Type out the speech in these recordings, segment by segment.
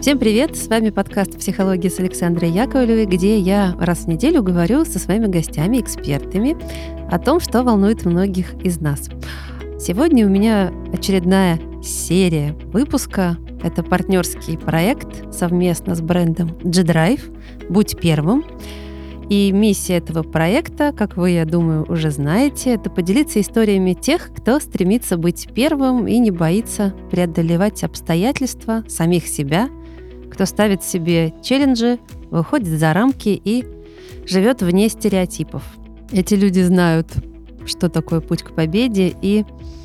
Всем привет! С вами подкаст «Психология» с Александрой Яковлевой, где я раз в неделю говорю со своими гостями, экспертами о том, что волнует многих из нас. Сегодня у меня очередная серия выпуска. Это партнерский проект совместно с брендом G-Drive «Будь первым». И миссия этого проекта, как вы, я думаю, уже знаете, это поделиться историями тех, кто стремится быть первым и не боится преодолевать обстоятельства, самих себя, кто ставит себе челленджи, выходит за рамки и живет вне стереотипов. Эти люди знают, что такое путь к победе, и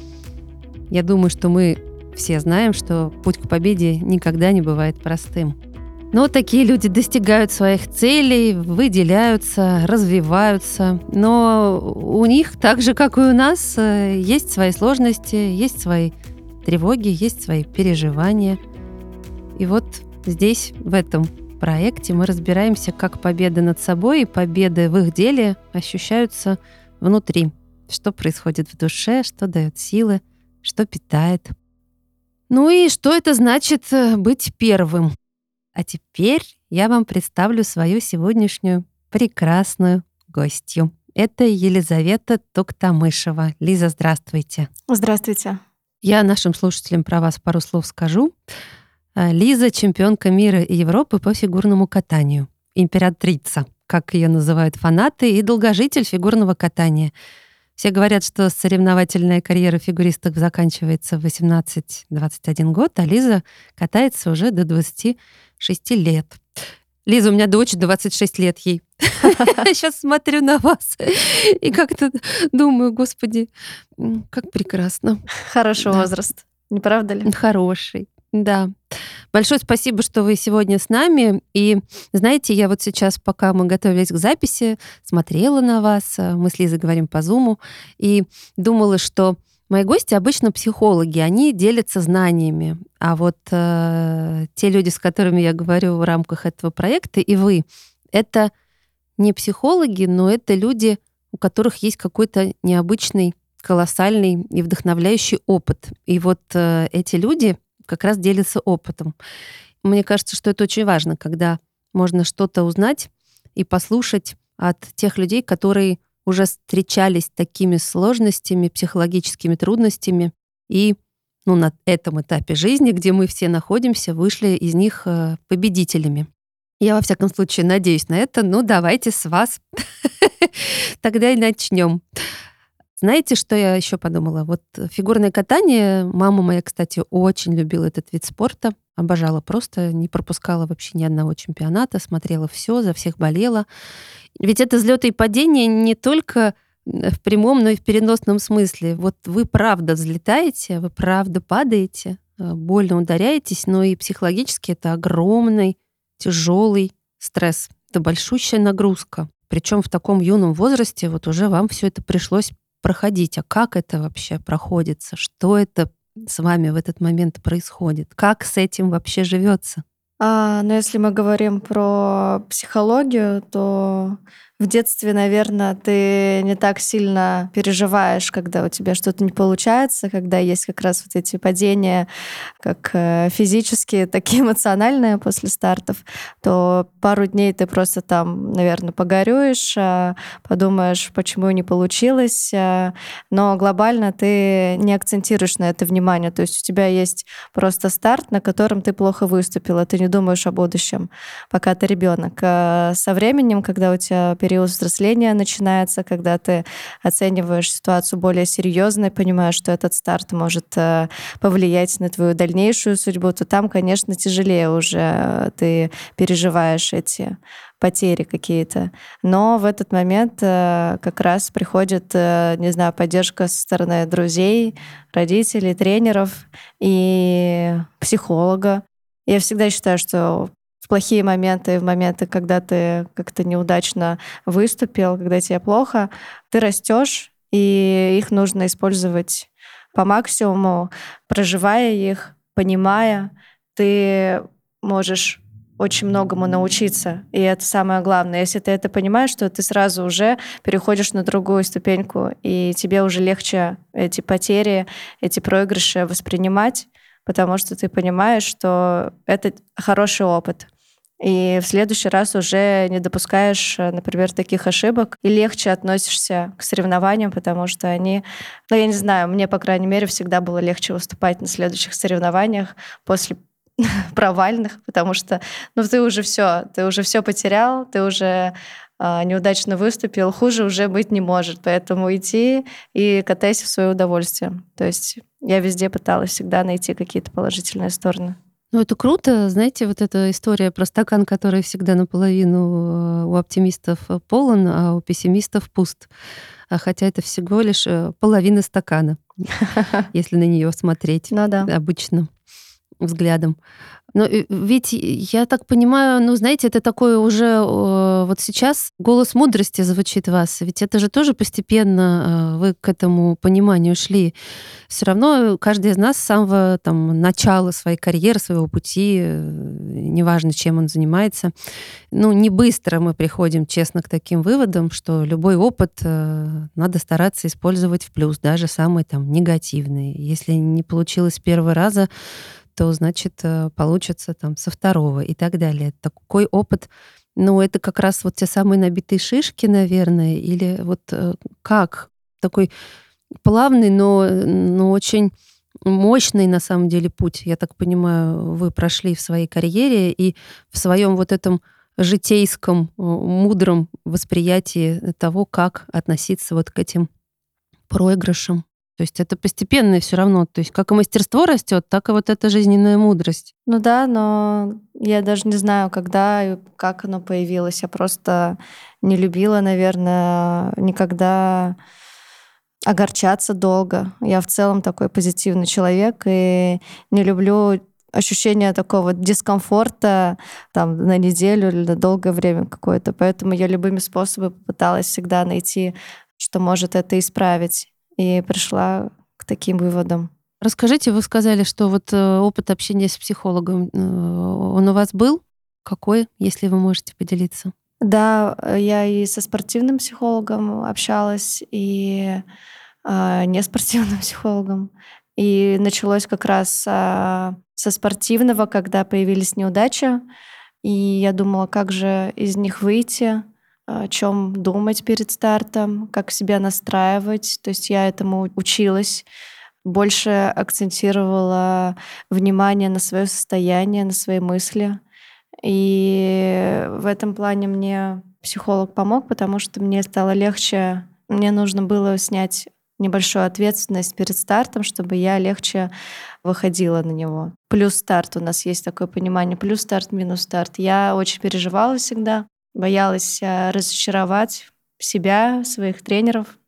я думаю, что мы все знаем, что путь к победе никогда не бывает простым. Но такие люди достигают своих целей, выделяются, развиваются. Но у них, так же, как и у нас, есть свои сложности, есть свои тревоги, есть свои переживания. И вот здесь, в этом проекте, мы разбираемся, как победа над собой и победы в их деле ощущаются внутри. Что происходит в душе, что дает силы, что питает. Ну и что это значит быть первым? А теперь я вам представлю свою сегодняшнюю прекрасную гостью. Это Елизавета Туктамышева. Лиза, здравствуйте. Здравствуйте. Я нашим слушателям про вас пару слов скажу. Лиза — чемпионка мира и Европы по фигурному катанию. Императрица, как ее называют фанаты, и долгожитель фигурного катания. Все говорят, что соревновательная карьера фигуристок заканчивается в 18-21 год, а Лиза катается уже до 26 лет. Лиза, у меня дочь, 26 лет ей. Сейчас смотрю на вас и как-то думаю, господи, как прекрасно. Хороший возраст, не правда ли? Хороший, да. Большое спасибо, что вы сегодня с нами. И знаете, я вот сейчас, пока мы готовились к записи, смотрела на вас, мы с Лизой говорим по Зуму, и думала, что мои гости обычно психологи, они делятся знаниями. А вот те люди, с которыми я говорю в рамках этого проекта, и вы, это не психологи, но это люди, у которых есть какой-то необычный, колоссальный и вдохновляющий опыт. И вот эти люди как раз делятся опытом. Мне кажется, что это очень важно, когда можно что-то узнать и послушать от тех людей, которые уже встречались с такими сложностями, психологическими трудностями и на этом этапе жизни, где мы все находимся, вышли из них победителями. Я, во всяком случае, надеюсь на это. Давайте с вас тогда и начнем. Знаете, что я еще подумала? Вот фигурное катание, мама моя, кстати, очень любила этот вид спорта, обожала просто, не пропускала вообще ни одного чемпионата, смотрела все, за всех болела. Ведь это взлеты и падения не только в прямом, но и в переносном смысле. Вот вы правда взлетаете, вы правда падаете, больно ударяетесь, но и психологически это огромный, тяжелый стресс. Это большущая нагрузка. Причем в таком юном возрасте вот уже вам все это пришлось проходить. А как это вообще проходится? Что это с вами в этот момент происходит? Как с этим вообще живется? Но если мы говорим про психологию, то в детстве, наверное, ты не так сильно переживаешь, когда у тебя что-то не получается, когда есть как раз вот эти падения, как физические, так и эмоциональные после стартов, то пару дней ты просто там, наверное, погорюешь, подумаешь, почему не получилось, но глобально ты не акцентируешь на это внимание. То есть у тебя есть просто старт, на котором ты плохо выступила, ты не думаешь о будущем, пока ты ребенок. Со временем, когда у тебя период взросления начинается, когда ты оцениваешь ситуацию более серьезно и понимаешь, что этот старт может повлиять на твою дальнейшую судьбу, то там, конечно, тяжелее уже ты переживаешь эти потери какие-то. Но в этот момент как раз приходит, не знаю, поддержка со стороны друзей, родителей, тренеров и психолога. Я всегда считаю, что в плохие моменты, в моменты, когда ты как-то неудачно выступил, когда тебе плохо, ты растешь, и их нужно использовать по максимуму, проживая их, понимая, ты можешь очень многому научиться. И это самое главное. Если ты это понимаешь, то ты сразу уже переходишь на другую ступеньку, и тебе уже легче эти потери, эти проигрыши воспринимать, потому что ты понимаешь, что это хороший опыт. И в следующий раз уже не допускаешь, например, таких ошибок, и легче относишься к соревнованиям, потому что они, ну, я не знаю, мне, по крайней мере, всегда было легче выступать на следующих соревнованиях после провальных, потому что, ну, ты уже все потерял, ты уже неудачно выступил, хуже уже быть не может, поэтому иди и катайся в свое удовольствие. То есть я везде пыталась всегда найти какие-то положительные стороны. Ну, это круто. Знаете, вот эта история про стакан, который всегда наполовину у оптимистов полон, а у пессимистов пуст. Хотя это всего лишь половина стакана, если на нее смотреть Ну да. обычно взглядом. Но ведь я так понимаю, ну, знаете, это такое уже вот сейчас голос мудрости звучит в вас. Ведь это же тоже постепенно вы к этому пониманию шли. Все равно каждый из нас с самого там, начала своей карьеры, своего пути, неважно, чем он занимается, ну, не быстро мы приходим, честно, к таким выводам, что любой опыт надо стараться использовать в плюс, даже самый там негативный. Если не получилось с первого раза, то, значит, получится там со второго и так далее. Такой опыт, ну, это как раз вот те самые набитые шишки, наверное, или вот как такой плавный, но очень мощный на самом деле путь, я так понимаю, вы прошли в своей карьере и в своем вот этом житейском, мудром восприятии того, как относиться вот к этим проигрышам. То есть это постепенно все равно. То есть как и мастерство растет, так и вот эта жизненная мудрость. Ну да, но я даже не знаю, когда и как оно появилось. Я просто не любила, наверное, никогда огорчаться долго. Я в целом такой позитивный человек и не люблю ощущение такого дискомфорта там на неделю или на долгое время какое-то. Поэтому я любыми способами пыталась всегда найти, что может это исправить. И пришла к таким выводам. Расскажите, вы сказали, что вот опыт общения с психологом, он у вас был? Какой, если вы можете поделиться? Да, я и со спортивным психологом общалась, и неспортивным психологом. И началось как раз со спортивного, когда появились неудачи. И я думала, как же из них выйти, о чем думать перед стартом, как себя настраивать. То есть я этому училась, больше акцентировала внимание на свое состояние, на свои мысли. И в этом плане мне психолог помог, потому что мне стало легче. Мне нужно было снять небольшую ответственность перед стартом, чтобы я легче выходила на него. Плюс старт, у нас есть такое понимание, плюс старт, минус старт. Я очень переживала всегда, боялась разочаровать себя, своих тренеров.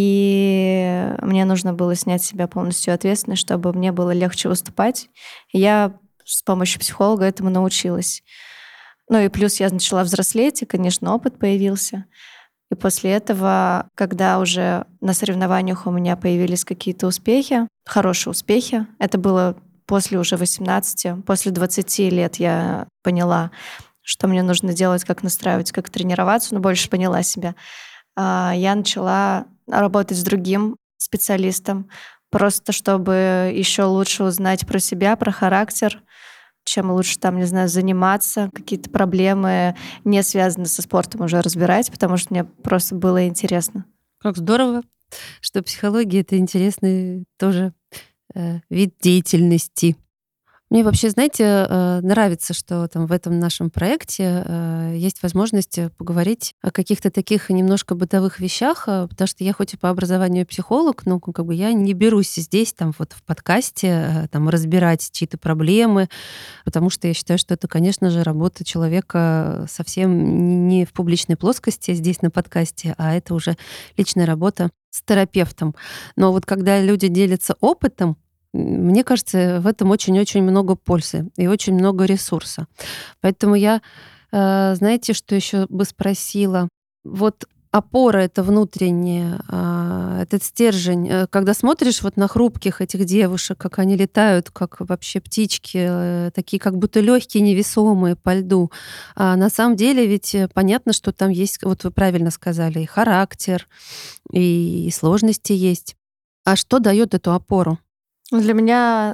И мне нужно было снять с себя полностью ответственность, чтобы мне было легче выступать. И я с помощью психолога этому научилась. Ну и плюс я начала взрослеть, и, конечно, опыт появился. И после этого, когда уже на соревнованиях у меня появились какие-то успехи, хорошие успехи, это было после уже 18, после 20 лет я поняла, что мне нужно делать, как настраивать, как тренироваться, но больше поняла себя. Я начала работать с другим специалистом, просто чтобы еще лучше узнать про себя, про характер, чем лучше там, не знаю, заниматься, какие-то проблемы, не связанные со спортом, уже разбирать, потому что мне просто было интересно. Как здорово, что психология — это интересный тоже вид деятельности. Мне вообще, знаете, нравится, что там в этом нашем проекте есть возможность поговорить о каких-то таких немножко бытовых вещах, потому что я хоть и по образованию психолог, но как бы я не берусь здесь там вот в подкасте там разбирать чьи-то проблемы, потому что я считаю, что это, конечно же, работа человека совсем не в публичной плоскости здесь на подкасте, а это уже личная работа с терапевтом. Но вот когда люди делятся опытом, мне кажется, в этом очень-очень много пользы и очень много ресурса. Поэтому я, знаете, что еще бы спросила? Вот опора эта внутренняя, этот стержень, когда смотришь вот на хрупких этих девушек, как они летают, как вообще птички, такие как будто легкие, невесомые по льду. А на самом деле ведь понятно, что там есть, вот вы правильно сказали, и характер, и сложности есть. А что дает эту опору? Для меня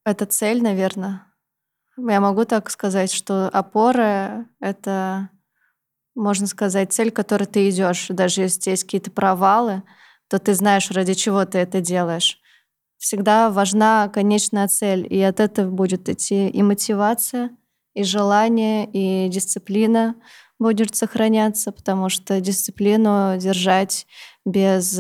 Это цель, наверное. Я могу так сказать, что опора — это, можно сказать, цель, к которой ты идешь. Даже если есть какие-то провалы, то ты знаешь, ради чего ты это делаешь. Всегда важна конечная цель, и от этого будет идти и мотивация, и желание, и дисциплина будет сохраняться, потому что дисциплину держать без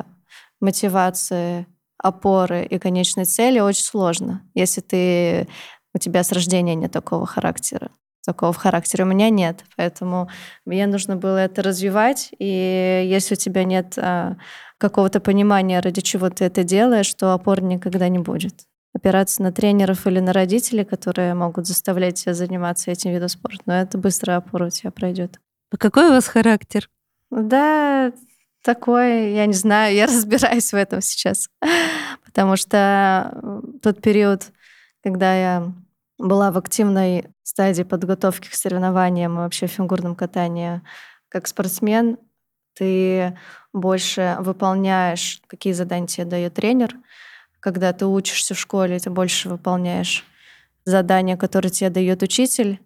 мотивации, опоры и конечной цели очень сложно, если у тебя с рождения нет такого характера. Такого в характере у меня нет, поэтому мне нужно было это развивать. И если у тебя нет какого-то понимания, ради чего ты это делаешь, то опоры никогда не будет. Опираться на тренеров или на родителей, которые могут заставлять тебя заниматься этим видом спорта, но это быстрая опора у тебя пройдет. А какой у вас характер? Да, такое, я не знаю, я разбираюсь в этом сейчас. Потому что тот период, когда я была в активной стадии подготовки к соревнованиям и вообще в фигурном катании, как спортсмен, ты больше выполняешь, какие задания тебе дает тренер. Когда ты учишься в школе, ты больше выполняешь задания, которые тебе дает учитель.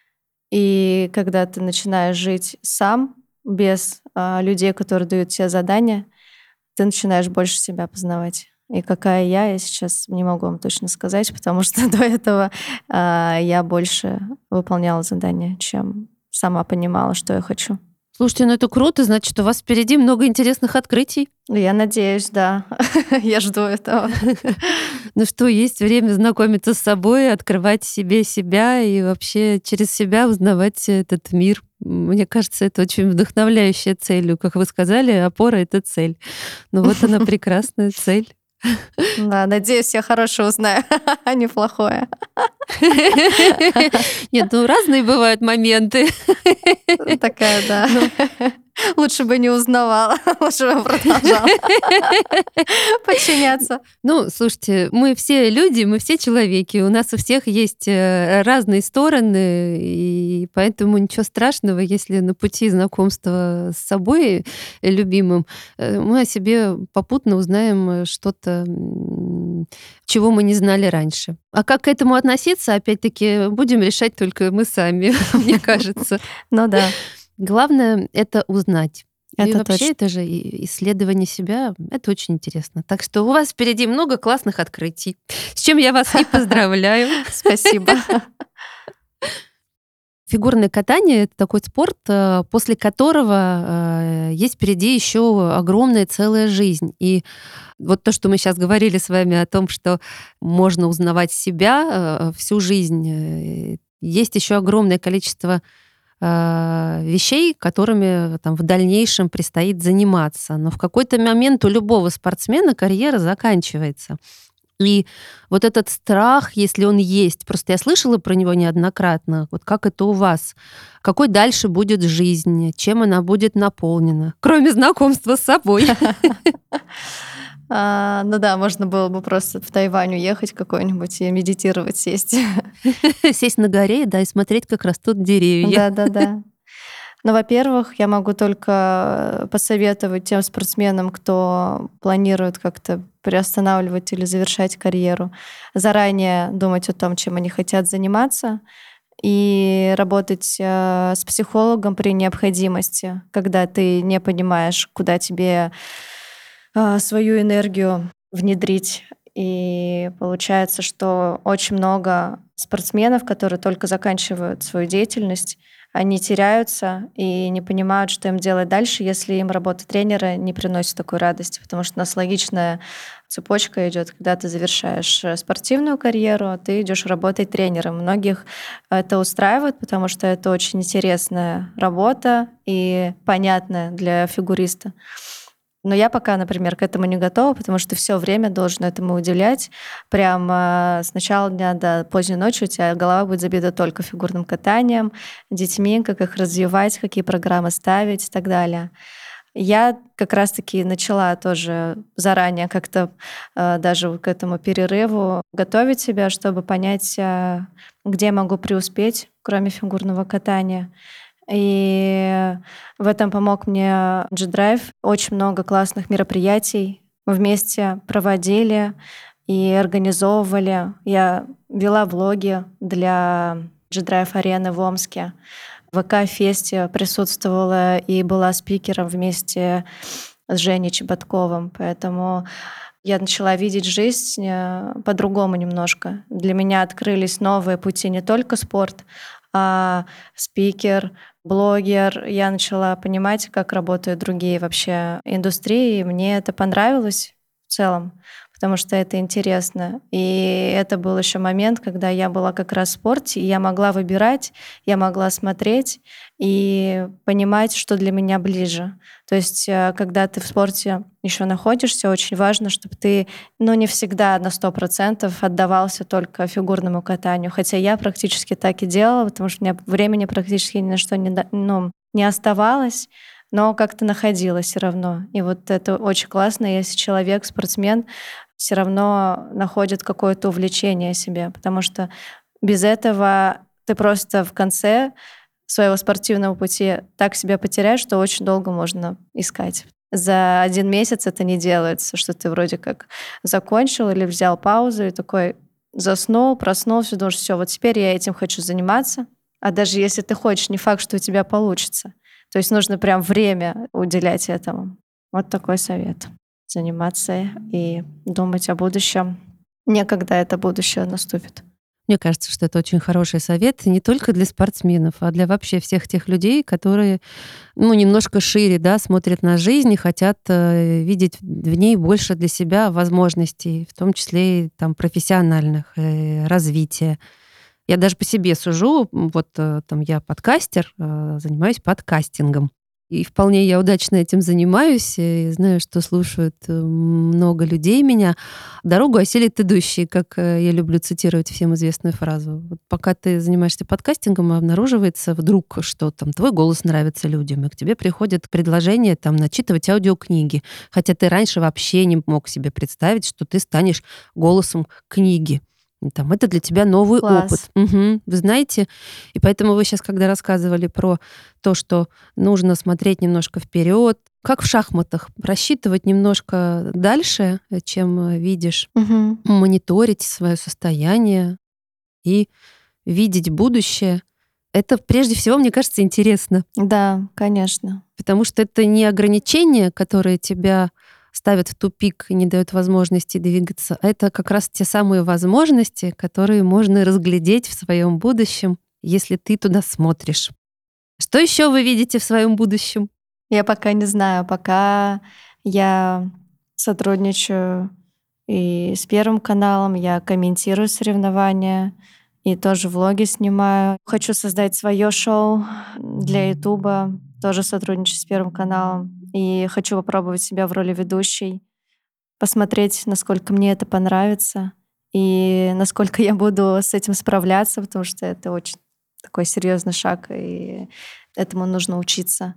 И когда ты начинаешь жить сам, без людей, которые дают тебе задания, ты начинаешь больше себя познавать. И какая я сейчас не могу вам точно сказать, потому что до этого я больше выполняла задания, чем сама понимала, что я хочу. Слушайте, ну это круто, значит, у вас впереди много интересных открытий. Я надеюсь, да. Я жду этого. Ну что, есть время знакомиться с собой, открывать себе себя и вообще через себя узнавать этот мир. Мне кажется, это очень вдохновляющая цель. Как вы сказали, опора — это цель. Ну вот она, прекрасная цель. Да, надеюсь, я хорошее узнаю, а не плохое. Нет, ну разные бывают моменты. Такая, да. Лучше бы не узнавала, лучше бы продолжала подчиняться. Ну, слушайте, мы все люди, мы все человеки. У нас у всех есть разные стороны, и поэтому ничего страшного, если на пути знакомства с собой любимым мы о себе попутно узнаем что-то, чего мы не знали раньше. А как к этому относиться, опять-таки, будем решать только мы сами, мне кажется. Ну да. Главное — это узнать. И Это вообще точно. это же исследование себя, это очень интересно. Так что у вас впереди много классных открытий, с чем я вас и поздравляю. Спасибо. Фигурное катание — это такой спорт, после которого есть впереди еще огромная целая жизнь. И вот то, что мы сейчас говорили с вами о том, что можно узнавать себя всю жизнь, есть еще огромное количество вещей, которыми там в дальнейшем предстоит заниматься. Но в какой-то момент у любого спортсмена карьера заканчивается. И вот этот страх, если он есть, просто я слышала про него неоднократно, вот как это у вас, какой дальше будет жизнь, чем она будет наполнена, кроме знакомства с собой. Ну да, можно было бы просто в Тайвань уехать какой-нибудь и медитировать, сесть. Сесть на горе, да, и смотреть, как растут деревья. Да-да-да. Ну, во-первых, я могу только посоветовать тем спортсменам, кто планирует как-то приостанавливать или завершать карьеру, заранее думать о том, чем они хотят заниматься, и работать с психологом при необходимости, когда ты не понимаешь, куда тебе свою энергию внедрить. И получается, что очень много спортсменов, которые только заканчивают свою деятельность, они теряются и не понимают, что им делать дальше, если им работа тренера не приносит такой радости, потому что у нас логичная цепочка идет, когда ты завершаешь спортивную карьеру, ты идешь работать тренером. Многих это устраивает, потому что это очень интересная работа и понятная для фигуриста. Но я пока, например, к этому не готова, потому что все время должен этому уделять. Прям с начала дня до поздней ночи у тебя голова будет забита только фигурным катанием, детьми, как их развивать, какие программы ставить и так далее. Я как раз-таки начала тоже заранее как-то даже к этому перерыву готовить себя, чтобы понять, где я могу преуспеть, кроме фигурного катания. И в этом помог мне G-Drive. Очень много классных мероприятий мы вместе проводили. и организовывали. Я вела влоги для G-Drive арены в Омске. В ВК-фесте присутствовала и была спикером вместе с Женей Чеботковым. Поэтому я начала видеть жизнь по-другому немножко. Для меня открылись новые пути, не только спорт, а спикер, блогер. Я начала понимать, как работают другие вообще индустрии, и мне это понравилось в целом, потому что это интересно. И это был еще момент, когда я была как раз в спорте, и я могла выбирать, я могла смотреть и понимать, что для меня ближе. То есть, когда ты в спорте еще находишься, очень важно, чтобы ты, не всегда на 100% отдавался только фигурному катанию. Хотя я практически так и делала, потому что у меня времени практически ни на что не оставалось, но как-то находила все равно. И вот это очень классно, если человек, спортсмен, все равно находит какое-то увлечение себе, потому что без этого ты просто в конце своего спортивного пути так себя потеряешь, что очень долго можно искать. За 1 месяц это не делается, что ты вроде как закончил или взял паузу и такой заснул, проснулся, думаешь, все, вот теперь я этим хочу заниматься. А даже если ты хочешь, не факт, что у тебя получится. То есть нужно прям время уделять этому. Вот такой совет. Заниматься и думать о будущем. Не когда это будущее наступит. Мне кажется, что это очень хороший совет не только для спортсменов, а для вообще всех тех людей, которые, немножко шире, да, смотрят на жизнь и хотят видеть в ней больше для себя возможностей, в том числе и там профессиональных, развития. Я даже по себе сужу. Вот там я подкастер, занимаюсь подкастингом. И вполне я удачно этим занимаюсь. И знаю, что слушают много людей меня. Дорогу осилит идущий, как я люблю цитировать всем известную фразу. Вот пока ты занимаешься подкастингом, обнаруживается вдруг, что там твой голос нравится людям, и к тебе приходят предложения там начитывать аудиокниги. Хотя ты раньше вообще не мог себе представить, что ты станешь голосом книги. Там, это для тебя новый опыт. Класс. Мгм. Вы знаете, и поэтому вы сейчас, когда рассказывали про то, что нужно смотреть немножко вперед, как в шахматах, рассчитывать немножко дальше, чем видишь, Мгм. мониторить свое состояние и видеть будущее. Это прежде всего, мне кажется, интересно, Да, конечно. потому что это не ограничения, которые тебя ставят в тупик и не дают возможности двигаться, а это как раз те самые возможности, которые можно разглядеть в своем будущем, если ты туда смотришь. Что еще вы видите в своем будущем? Я пока не знаю, пока я сотрудничаю и с Первым каналом, я комментирую соревнования и тоже влоги снимаю. Хочу создать свое шоу для Ютуба, тоже сотрудничаю с Первым каналом. И хочу попробовать себя в роли ведущей, посмотреть, насколько мне это понравится и насколько я буду с этим справляться, потому что это очень такой серьезный шаг, и этому нужно учиться.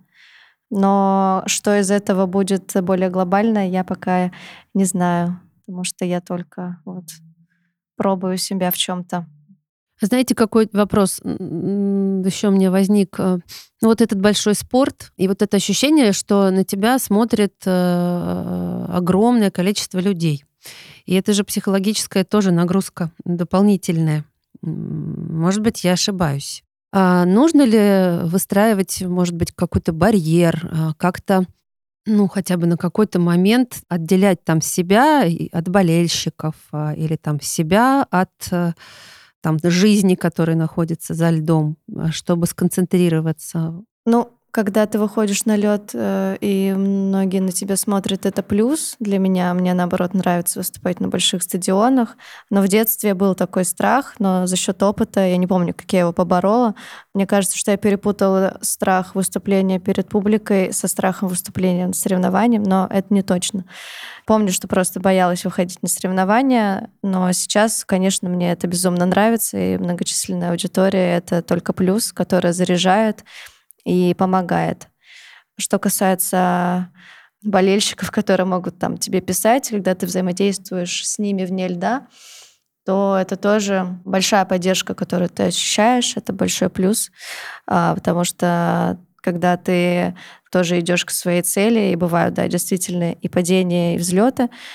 Но что из этого будет более глобально, я пока не знаю, потому что я только вот пробую себя в чем-то. Знаете, какой вопрос еще у меня возник? Вот этот большой спорт и вот это ощущение, что на тебя смотрит огромное количество людей. И это же психологическая тоже нагрузка дополнительная. Может быть, я ошибаюсь. А нужно ли выстраивать, может быть, какой-то барьер, как-то, хотя бы на какой-то момент отделять там себя от болельщиков или там себя от там жизни, которая находится за льдом, чтобы сконцентрироваться? Ну, когда ты выходишь на лед, и многие на тебя смотрят, это плюс для меня. Мне, наоборот, нравится выступать на больших стадионах. Но в детстве был такой страх, но за счет опыта, я не помню, как я его поборола. Мне кажется, что я перепутала страх выступления перед публикой со страхом выступления на соревновании, но это не точно. Помню, что просто боялась выходить на соревнования, но сейчас, конечно, мне это безумно нравится, и многочисленная аудитория — это только плюс, которая заряжает и помогает. Что касается болельщиков, которые могут там тебе писать, когда ты взаимодействуешь с ними вне льда, то это тоже большая поддержка, которую ты ощущаешь, это большой плюс, потому что когда ты тоже идешь к своей цели, и бывают, да, действительно и падения, и взлеты,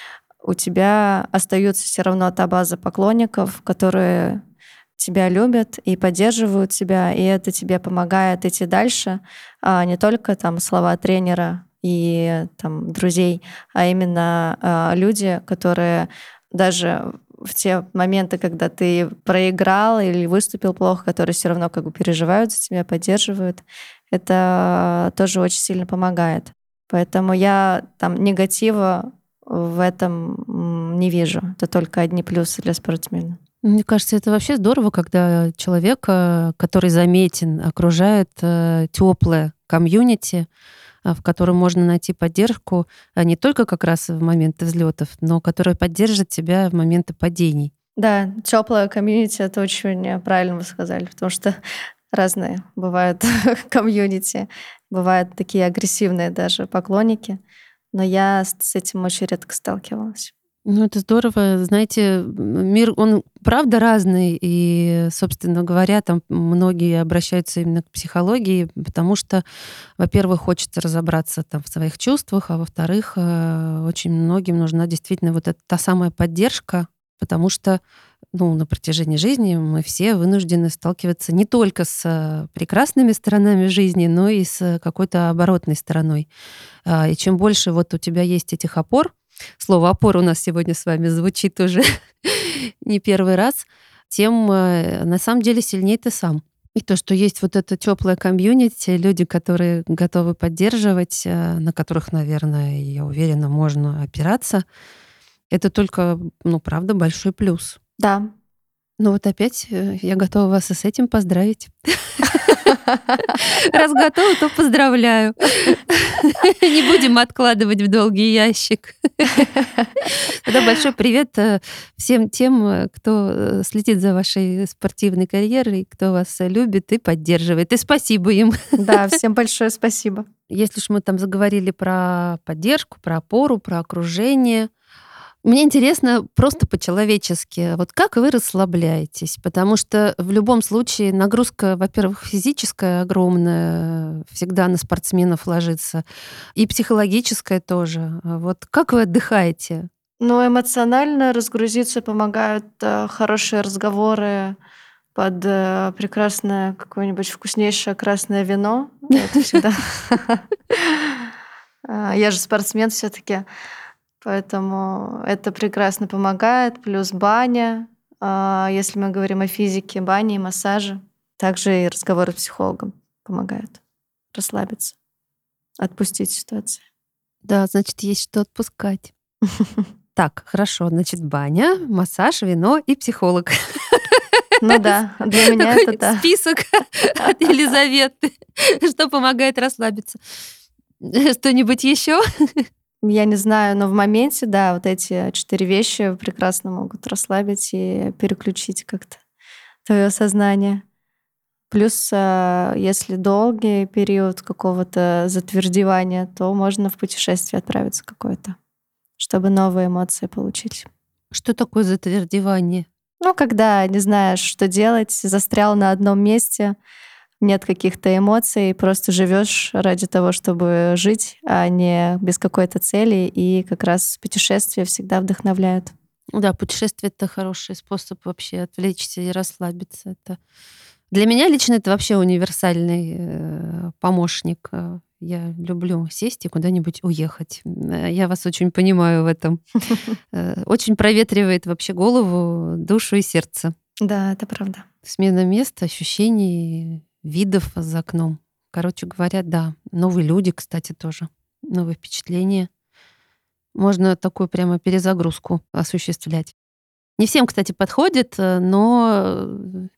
у тебя остается все равно та база поклонников, которые тебя любят и поддерживают тебя, и это тебе помогает идти дальше, а не только там слова тренера и там друзей, а именно люди, которые даже в те моменты, когда ты проиграл или выступил плохо, которые все равно как бы переживают за тебя, поддерживают, это тоже очень сильно помогает. Поэтому я там негатива в этом не вижу. Это только одни плюсы для спортсмена. Мне кажется, это вообще здорово, когда человека, который заметен, окружает теплое комьюнити, в котором можно найти поддержку не только как раз в моменты взлетов, но которое поддержит тебя в моменты падений. Да, теплое комьюнити — это очень правильно вы сказали, потому что разные бывают комьюнити, бывают такие агрессивные даже поклонники, но я с этим очень редко сталкивалась. Ну, это здорово. Знаете, мир, он правда разный, и, собственно говоря, там многие обращаются именно к психологии, потому что, во-первых, хочется разобраться там в своих чувствах, а во-вторых, очень многим нужна действительно вот эта та самая поддержка, потому что на протяжении жизни мы все вынуждены сталкиваться не только с прекрасными сторонами жизни, но и с какой-то оборотной стороной. И чем больше вот у тебя есть этих опор, слово «опора» у нас сегодня с вами звучит уже не первый раз, тем на самом деле сильнее ты сам. И то, что есть вот это теплое комьюнити, люди, которые готовы поддерживать, на которых, наверное, я уверена, можно опираться, это только, правда, большой плюс. Да. Ну вот опять я готова вас и с этим поздравить. Раз готова, то поздравляю. Не будем откладывать в долгий ящик. Тогда большой привет всем тем, кто следит за вашей спортивной карьерой, кто вас любит и поддерживает. И спасибо им. Да, всем большое спасибо. Если уж мы там заговорили про поддержку, про опору, про окружение, мне интересно просто по-человечески, вот как вы расслабляетесь? Потому что в любом случае нагрузка, во-первых, физическая огромная, всегда на спортсменов ложится, и психологическая тоже. Вот как вы отдыхаете? Ну, эмоционально разгрузиться помогают хорошие разговоры под прекрасное какое-нибудь вкуснейшее красное вино. Это всегда. Я же спортсмен все-таки. Поэтому это прекрасно помогает. Плюс баня. Если мы говорим о физике, баня и массажи. Также и разговоры с психологом помогают расслабиться, отпустить ситуацию. Да, значит, есть что отпускать. Так, хорошо. Значит, баня, массаж, вино и психолог. Ну да, для меня это да. Список от Елизаветы, что помогает расслабиться. Что-нибудь еще? Я не знаю, но в моменте, да, вот эти 4 вещи прекрасно могут расслабить и переключить как-то твое сознание. Плюс, если долгий период какого-то затвердевания, то можно в путешествие отправиться какое-то, чтобы новые эмоции получить. Что такое затвердевание? Ну, когда не знаешь, что делать, застрял на одном месте, нет каких-то эмоций, просто живешь ради того, чтобы жить, а не без какой-то цели. И как раз путешествия всегда вдохновляют. Да, путешествие — это хороший способ вообще отвлечься и расслабиться. Это... Для меня лично это вообще универсальный помощник. Я люблю сесть и куда-нибудь уехать. Я вас очень понимаю в этом. Очень проветривает вообще голову, душу и сердце. Да, это правда. Смена места, ощущений, видов за окном. Короче говоря, да. Новые люди, кстати, тоже. Новые впечатления. Можно такую прямо перезагрузку осуществлять. Не всем, кстати, подходит, но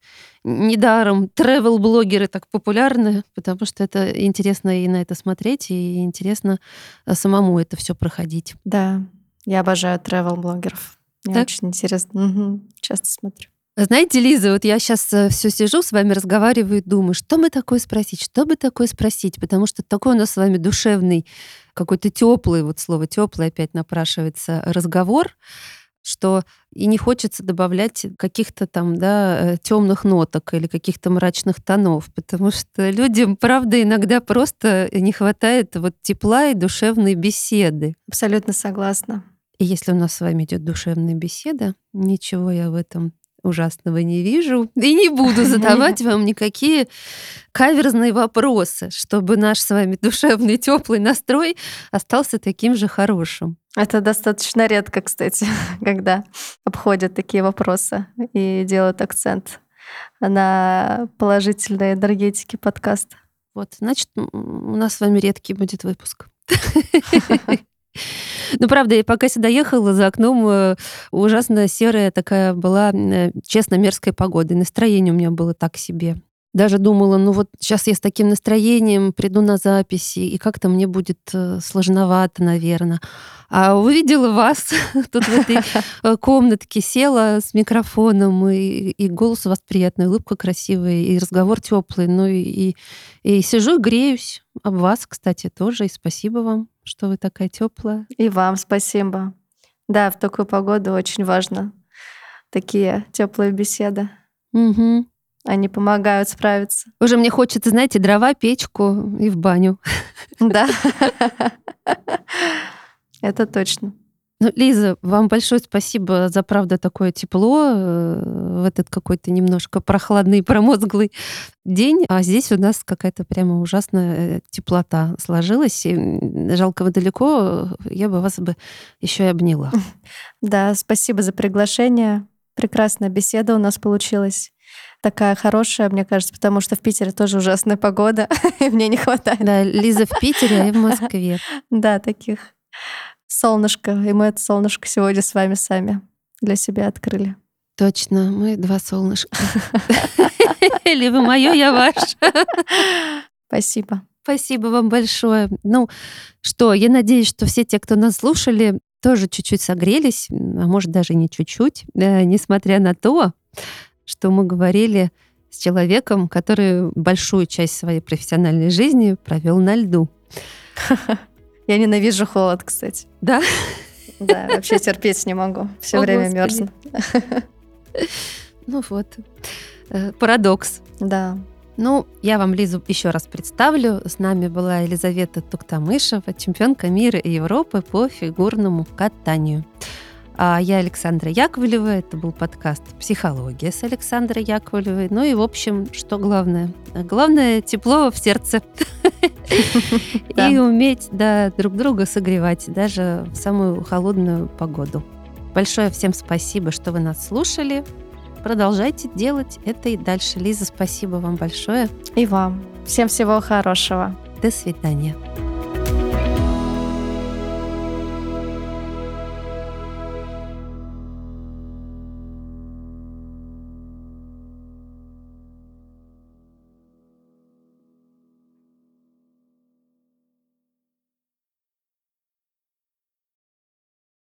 недаром travel-блогеры так популярны, потому что это интересно и на это смотреть, и интересно самому это все проходить. Да, я обожаю travel-блогеров. Мне Так? очень интересно. Угу. Часто смотрю. Знаете, Лиза, вот я сейчас все сижу с вами, разговариваю и думаю, что бы такое спросить, что бы такое спросить, потому что такой у нас с вами душевный, какой-то теплый, вот слово теплый опять напрашивается, разговор, что и не хочется добавлять каких-то там, да, темных ноток или каких-то мрачных тонов, потому что людям, правда, иногда просто не хватает вот тепла и душевной беседы. Абсолютно согласна. И если у нас с вами идет душевная беседа, ничего я в этом ужасного не вижу. И не буду задавать вам никакие каверзные вопросы, чтобы наш с вами душевный теплый настрой остался таким же хорошим. Это достаточно редко, кстати, когда обходят такие вопросы и делают акцент на положительной энергетике подкаста. Вот, значит, у нас с вами редкий будет выпуск. Ну, правда, я пока сюда ехала, за окном ужасно серая такая была, честно, мерзкая погода. И настроение у меня было так себе. Даже думала, ну вот сейчас я с таким настроением приду на записи, и как-то мне будет сложновато, наверное. А увидела вас тут в этой комнатке, села с микрофоном, и голос у вас приятный, улыбка красивая, и разговор теплый. Ну и сижу и греюсь об вас, кстати, тоже. И спасибо вам, что вы такая теплая. И вам спасибо. Да, в такую погоду очень важно такие теплые беседы. Угу. Они помогают справиться. Уже мне хочется, знаете, дрова, печку и в баню. Да. Это точно. Ну, Лиза, вам большое спасибо за, правда, такое тепло в этот какой-то немножко прохладный, промозглый день. А здесь у нас какая-то прямо ужасная теплота сложилась. И жалко, вы далеко, я бы вас еще и обняла. Да, спасибо за приглашение. Прекрасная беседа у нас получилась. Такая хорошая, мне кажется, потому что в Питере тоже ужасная погода, и мне не хватает. Да, Лиза в Питере, а я в Москве. Да, таких солнышко. И мы это солнышко сегодня с вами сами для себя открыли. Точно, мы два солнышка. Или вы моё, я ваш. Спасибо. Спасибо вам большое. Ну что, я надеюсь, что все те, кто нас слушали, тоже чуть-чуть согрелись, а может даже не чуть-чуть, несмотря на то, что мы говорили с человеком, который большую часть своей профессиональной жизни провел на льду. Я ненавижу холод, кстати. Да? Да, вообще терпеть не могу. Все время мерзну. Ну вот, парадокс. Да. Ну, я вам Лизу еще раз представлю. С нами была Елизавета Туктамышева, чемпионка мира и Европы по фигурному катанию. А я Александра Яковлева. Это был подкаст «Психология» с Александрой Яковлевой. Ну и, в общем, что главное? Главное — тепло в сердце. И уметь друг друга согревать, даже в самую холодную погоду. Большое всем спасибо, что вы нас слушали. Продолжайте делать это и дальше. Лиза, спасибо вам большое. И вам. Всем всего хорошего. До свидания.